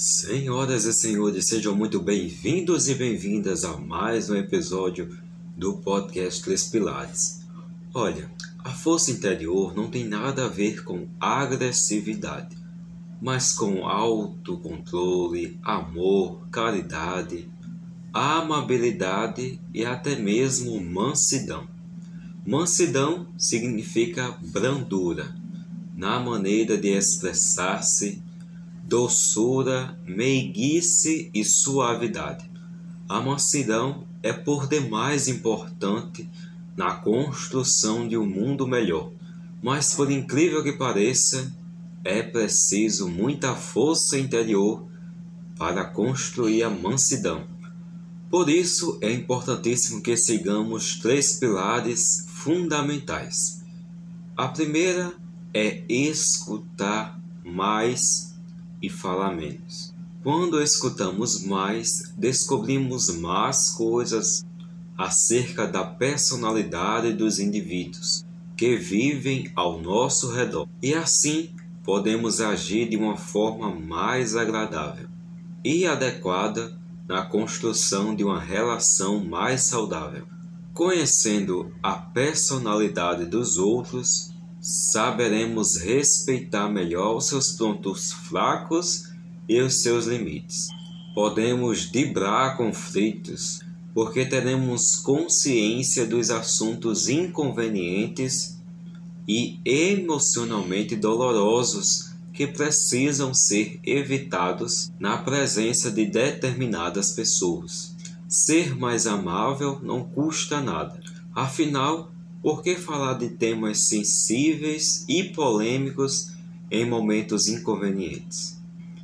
Senhoras e senhores, sejam muito bem-vindos e bem-vindas a mais um episódio do podcast Três Pilares. Olha, a força interior não tem nada a ver com agressividade, mas com autocontrole, amor, caridade, amabilidade e até mesmo mansidão. Mansidão significa brandura, na maneira de expressar-se, doçura, meiguice e suavidade. A mansidão é por demais importante na construção de um mundo melhor, mas por incrível que pareça, é preciso muita força interior para construir a mansidão. Por isso é importantíssimo que sigamos três pilares fundamentais. A primeira é escutar mais e falar menos. Quando escutamos mais, descobrimos mais coisas acerca da personalidade dos indivíduos que vivem ao nosso redor, e assim podemos agir de uma forma mais agradável e adequada na construção de uma relação mais saudável. Conhecendo a personalidade dos outros, saberemos respeitar melhor os seus pontos fracos e os seus limites. Podemos driblar conflitos, porque teremos consciência dos assuntos inconvenientes e emocionalmente dolorosos que precisam ser evitados na presença de determinadas pessoas. Ser mais amável não custa nada. Afinal, por que falar de temas sensíveis e polêmicos em momentos inconvenientes?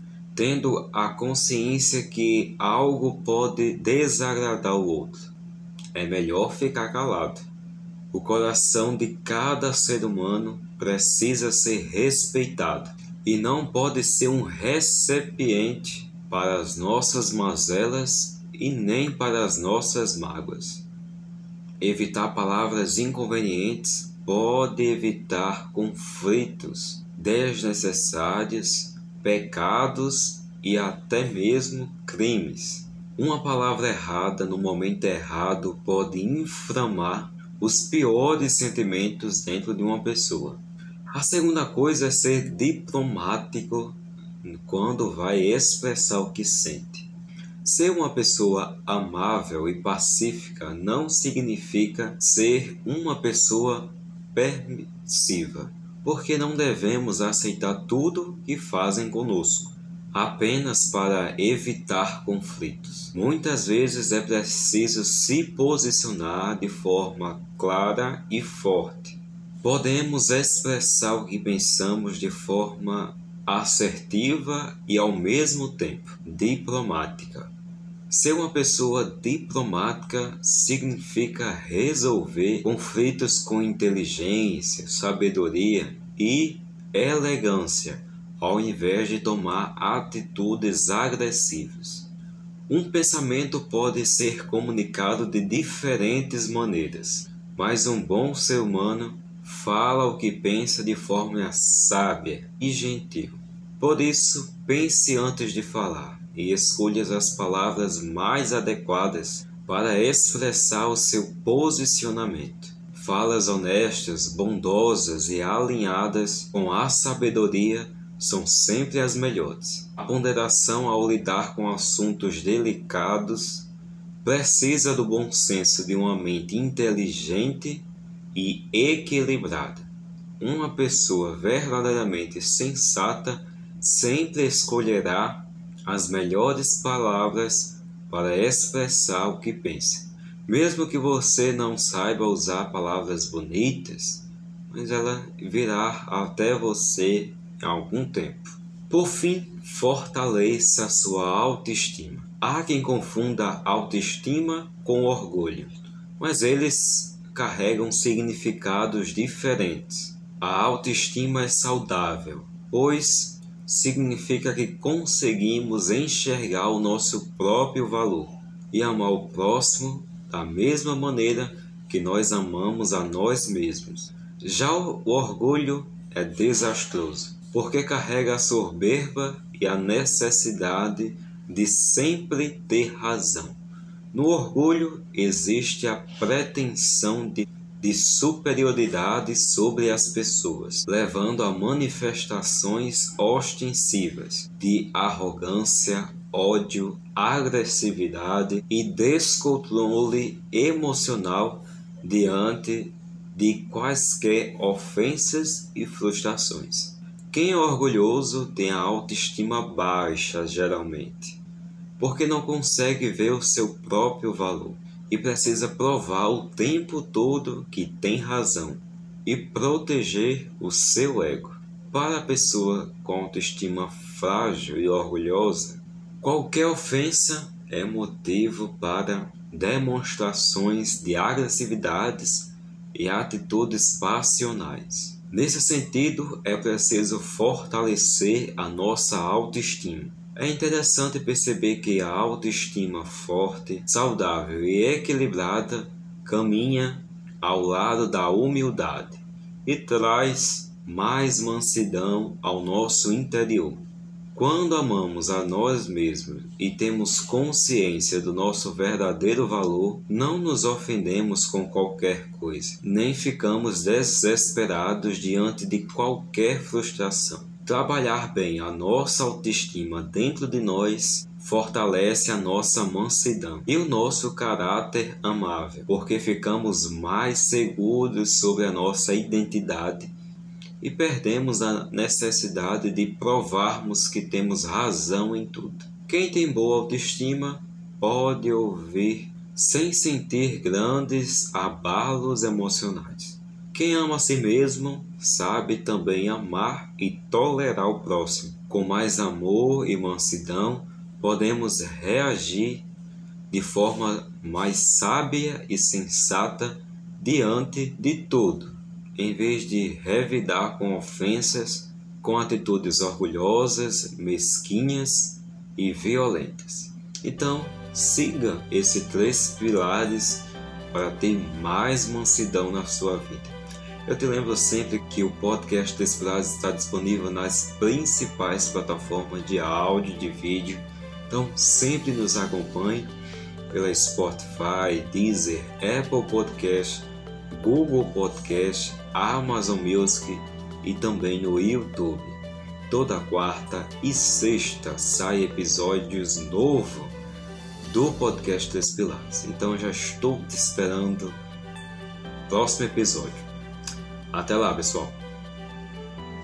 Tendo a consciência que algo pode desagradar o outro, é melhor ficar calado. O coração de cada ser humano precisa ser respeitado e não pode ser um recipiente para as nossas mazelas e nem para as nossas mágoas. Evitar palavras inconvenientes pode evitar conflitos desnecessários, pecados e até mesmo crimes. Uma palavra errada no momento errado pode inflamar os piores sentimentos dentro de uma pessoa. A segunda coisa é ser diplomático quando vai expressar o que sente. Ser uma pessoa amável e pacífica não significa ser uma pessoa permissiva, porque não devemos aceitar tudo que fazem conosco, apenas para evitar conflitos. Muitas vezes é preciso se posicionar de forma clara e forte. Podemos expressar o que pensamos de forma assertiva e ao mesmo tempo diplomática. Ser uma pessoa diplomática significa resolver conflitos com inteligência, sabedoria e elegância, ao invés de tomar atitudes agressivas. Um pensamento pode ser comunicado de diferentes maneiras, mas um bom ser humano fala o que pensa de forma sábia e gentil. Por isso, pense antes de falar e escolha as palavras mais adequadas para expressar o seu posicionamento. Falas honestas, bondosas e alinhadas com a sabedoria são sempre as melhores. A ponderação ao lidar com assuntos delicados precisa do bom senso de uma mente inteligente e equilibrada. Uma pessoa verdadeiramente sensata sempre escolherá as melhores palavras para expressar o que pensa. Mesmo que você não saiba usar palavras bonitas, mas ela virá até você em algum tempo. Por fim, fortaleça a sua autoestima. Há quem confunda autoestima com orgulho, mas eles carregam significados diferentes. A autoestima é saudável, pois significa que conseguimos enxergar o nosso próprio valor e amar o próximo da mesma maneira que nós amamos a nós mesmos. Já o orgulho é desastroso, porque carrega a soberba e a necessidade de sempre ter razão. No orgulho existe a pretensão de superioridade sobre as pessoas, levando a manifestações ostensivas de arrogância, ódio, agressividade e descontrole emocional diante de quaisquer ofensas e frustrações. Quem é orgulhoso tem a autoestima baixa, geralmente, porque não consegue ver o seu próprio valor e precisa provar o tempo todo que tem razão e proteger o seu ego. Para a pessoa com autoestima frágil e orgulhosa, qualquer ofensa é motivo para demonstrações de agressividades e atitudes passionais. Nesse sentido, é preciso fortalecer a nossa autoestima. É interessante perceber que a autoestima forte, saudável e equilibrada caminha ao lado da humildade e traz mais mansidão ao nosso interior. Quando amamos a nós mesmos e temos consciência do nosso verdadeiro valor, não nos ofendemos com qualquer coisa, nem ficamos desesperados diante de qualquer frustração. Trabalhar bem a nossa autoestima dentro de nós fortalece a nossa mansidão e o nosso caráter amável, porque ficamos mais seguros sobre a nossa identidade e perdemos a necessidade de provarmos que temos razão em tudo. Quem tem boa autoestima pode ouvir sem sentir grandes abalos emocionais. Quem ama a si mesmo sabe também amar e tolerar o próximo. Com mais amor e mansidão, podemos reagir de forma mais sábia e sensata diante de tudo, em vez de revidar com ofensas, com atitudes orgulhosas, mesquinhas e violentas. Então, siga esses 3 pilares para ter mais mansidão na sua vida. Eu te lembro sempre que o podcast 3 Pilares está disponível nas principais plataformas de áudio e de vídeo. Então, sempre nos acompanhe pela Spotify, Deezer, Apple Podcast, Google Podcast, Amazon Music e também no YouTube. Toda quarta e sexta sai episódios novos do podcast 3 Pilares. Então já estou te esperando no próximo episódio. Até lá, pessoal!